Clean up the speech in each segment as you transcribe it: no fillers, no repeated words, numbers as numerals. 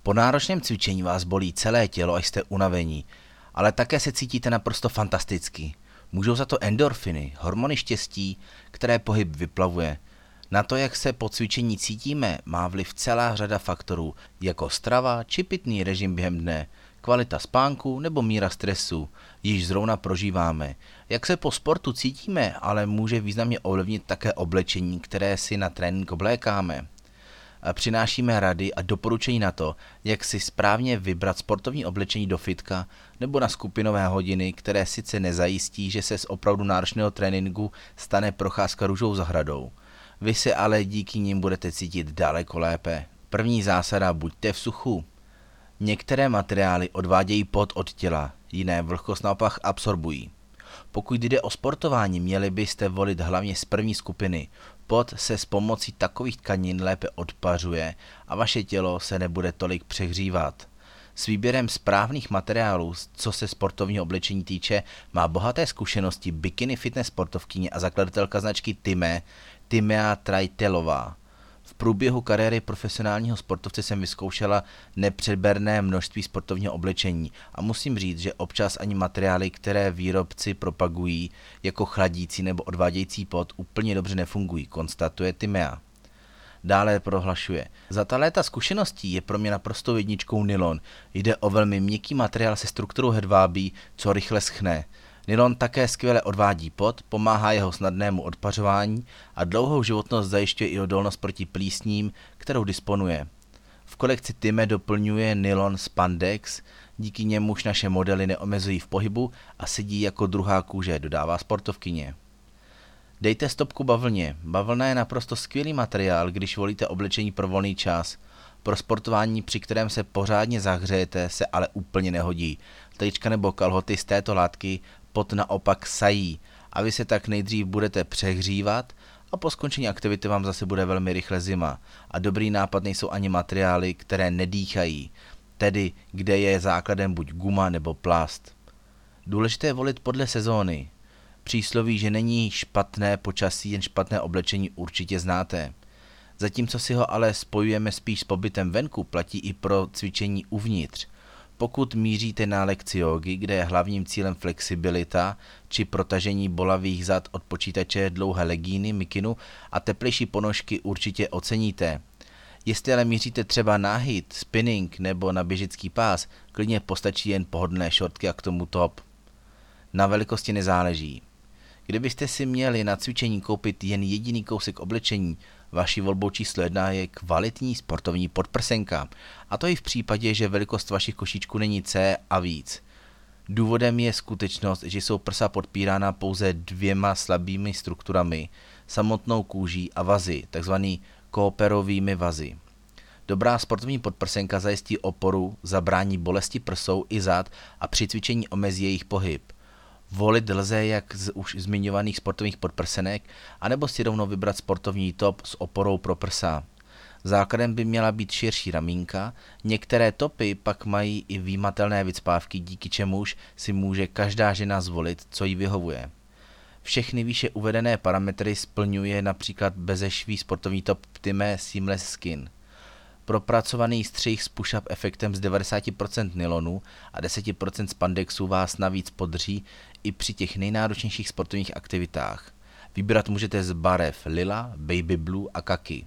Po náročném cvičení vás bolí celé tělo a jste unavení, ale také se cítíte naprosto fantasticky. Můžou za to endorfiny, hormony štěstí, které pohyb vyplavuje. Na to, jak se po cvičení cítíme, má vliv celá řada faktorů, jako strava či pitný režim během dne, kvalita spánku nebo míra stresu, již zrovna prožíváme. Jak se po sportu cítíme, ale může významně ovlivnit také oblečení, které si na trénink oblékáme. Přinášíme rady a doporučení na to, jak si správně vybrat sportovní oblečení do fitka nebo na skupinové hodiny, které sice nezajistí, že se z opravdu náročného tréninku stane procházka růžovou zahradou. Vy se ale díky nim budete cítit daleko lépe. První zásada: buďte v suchu. Některé materiály odvádějí pot od těla, jiné vlhkost naopak absorbují. Pokud jde o sportování, měli byste volit hlavně z první skupiny. Pot se s pomocí takových tkanin lépe odpařuje a vaše tělo se nebude tolik přehřívat. S výběrem správných materiálů, co se sportovního oblečení týče, má bohaté zkušenosti bikini fitness sportovkyně a zakladatelka značky Timea Trajtelová. V průběhu kariéry profesionálního sportovce jsem vyzkoušela nepřeberné množství sportovního oblečení a musím říct, že občas ani materiály, které výrobci propagují jako chladící nebo odvádějící pot, úplně dobře nefungují, konstatuje Timea. Dále prohlašuje: za ta léta zkušeností je pro mě naprosto jedničkou nylon. Jde o velmi měkký materiál se strukturou hedvábí, co rychle schne. Nylon také skvěle odvádí pot, pomáhá jeho snadnému odpařování a dlouhou životnost zajišťuje i odolnost proti plísním, kterou disponuje. V kolekci Time doplňuje nylon spandex, díky němuž naše modely neomezují v pohybu a sedí jako druhá kůže, dodává sportovkyně. Dejte stopku bavlně. Bavlna je naprosto skvělý materiál, když volíte oblečení pro volný čas. Pro sportování, při kterém se pořádně zahřejete, se ale úplně nehodí. Trička nebo kalhoty z této látky pot naopak sají a vy se tak nejdřív budete přehřívat a po skončení aktivity vám zase bude velmi rychle zima. A dobrý nápad nejsou ani materiály, které nedýchají, tedy kde je základem buď guma nebo plast. Důležité je volit podle sezóny. Přísloví, že není špatné počasí, jen špatné oblečení, určitě znáte. Zatímco si ho ale spojujeme spíš s pobytem venku, platí i pro cvičení uvnitř. Pokud míříte na lekci jógy, kde je hlavním cílem flexibilita či protažení bolavých zad od počítače, dlouhé legíny, mikinu a teplejší ponožky určitě oceníte. Jestli ale míříte třeba na hit, spinning nebo na běžický pás, klidně postačí jen pohodlné šortky a k tomu top. Na velikosti nezáleží. Kdybyste si měli na cvičení koupit jen jediný kousek oblečení, vaší volbou číslo 1 je kvalitní sportovní podprsenka. A to i v případě, že velikost vašich košíčků není C a víc. Důvodem je skutečnost, že jsou prsa podpírána pouze dvěma slabými strukturami, samotnou kůží a vazy, takzvaný kooperovými vazy. Dobrá sportovní podprsenka zajistí oporu, zabrání bolesti prsou i zad a při cvičení omezí jejich pohyb. Volit lze jak z už zmiňovaných sportovních podprsenek, anebo si rovnou vybrat sportovní top s oporou pro prsa. Základem by měla být širší ramínka, některé topy pak mají i výmatelné vycpávky, díky čemuž si může každá žena zvolit, co jí vyhovuje. Všechny výše uvedené parametry splňuje například bezešvý sportovní top Time Seamless Skin. Propracovaný střih s push-up efektem z 90% nylonu a 10% spandexu vás navíc podří i při těch nejnáročnějších sportovních aktivitách. Vybrat můžete z barev lila, baby blue a kaki.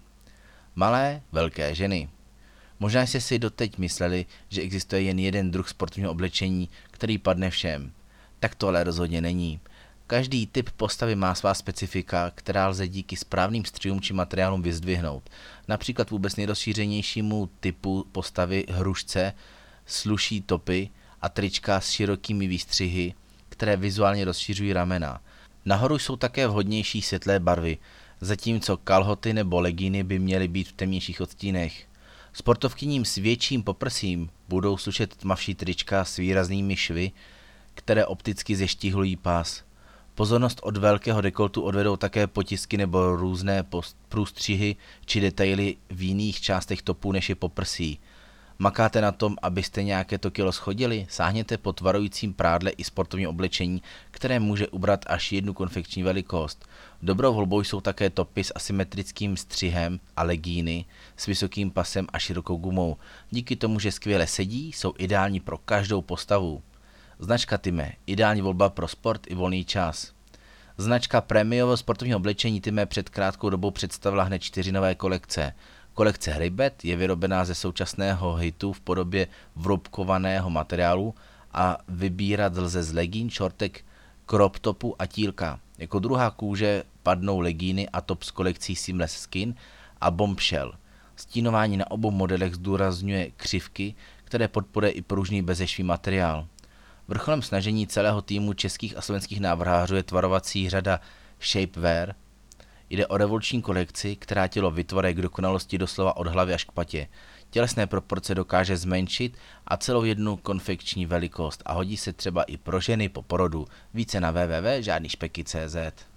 Malé, velké ženy. Možná jste si doteď mysleli, že existuje jen jeden druh sportovního oblečení, který padne všem. Tak to ale rozhodně není. Každý typ postavy má svá specifika, která lze díky správným střihům či materiálům vyzdvihnout. Například vůbec nejrozšířenějšímu typu postavy hrušce sluší topy a trička s širokými výstřihy, které vizuálně rozšiřují ramena. Nahoru jsou také vhodnější světlé barvy, zatímco kalhoty nebo legíny by měly být v temnějších odstínech. Sportovkyním s větším poprsím budou slušet tmavší trička s výraznými švy, které opticky zeštihlují pás. Pozornost od velkého dekoltu odvedou také potisky nebo různé průstřihy či detaily v jiných částech topu, než je poprsí. Makáte na tom, abyste nějaké to kilo schodili? Sáhněte po tvarujícím prádle i sportovním oblečení, které může ubrat až 1 konfekční velikost. Dobrou volbou jsou také topy s asymetrickým střihem a legíny s vysokým pasem a širokou gumou. Díky tomu, že skvěle sedí, jsou ideální pro každou postavu. Značka Time, ideální volba pro sport i volný čas. Značka prémiového sportovního oblečení Time před krátkou dobou představila hned 4 nové kolekce. Kolekce Hrybet je vyrobená ze současného hitu v podobě vrubkovaného materiálu a vybírat lze z legín, šortek, crop topu a tílka. Jako druhá kůže padnou legíny a top z kolekcí Seamless Skin a Bombshell. Stínování na obou modelech zdůrazňuje křivky, které podporuje i pružný bezešvý materiál. Vrcholem snažení celého týmu českých a slovenských návrhářů je tvarovací řada Shapewear. Jde o revoluční kolekci, která tělo vytvaruje k dokonalosti doslova od hlavy až k patě. Tělesné proporce dokáže zmenšit a celou 1 konfekční velikost a hodí se třeba i pro ženy po porodu. Více na www.žádnyšpeky.cz